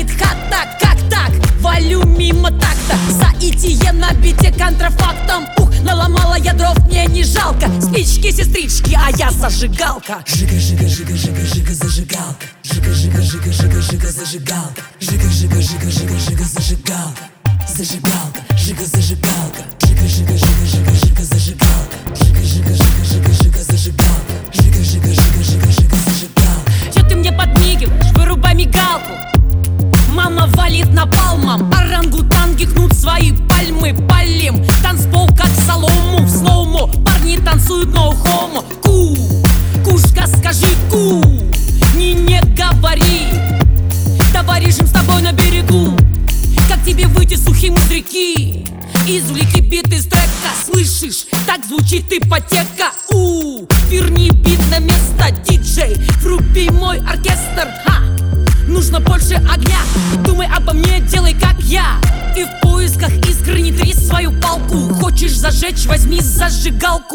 хата, как так? Валю мимо такта, соитие на бите контрафактом. Ух, наломала я дров, мне не жалко. Спички, сестрички, а я зажигалка. Жига, жига, жига, жига, жига, зажигалка. Жига, жига, жига, жига, жига, зажигалка. Жига, жига, жига, жига, жига, зажигалка. Зажигалка, жига, зажигалка. Жига, жига, жига, жига, жига, зажигалка. Жига, жига, жига, жига, жига, зажигалка. Жига, жига, жига, жига, жига, зажигалка. Чё ты мне подмигиваешь? Вырубай мигалку. Мама валит напалмом, орангутанги гнут свои пальмы. Палим танцпол как солому в слоумо. Парни танцуют но хомо. Ку, кушка, скажи ку. Не говори товарищам с тобой на берегу. Как тебе выйти сухим из реки? Извлеки бит из трека, слышишь? Так звучит ипотека. Верни бит на место, диджей. Вруби мой оркестр, ха! Нужно больше огня. Думай обо мне, делай как я. И в поисках искры не трись свою палку. Хочешь зажечь, возьми зажигалку.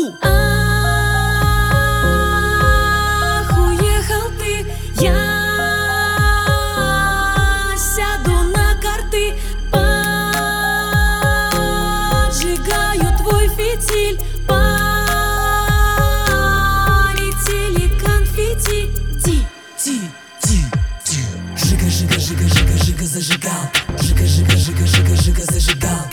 Ах, уехал ты, я сяду на карты, поджигаю твой фитиль, полетели конфетти. Жига, жига, жига, жига, жига, зажигалка. Жига, жига, жига, жига, жига, зажигалка.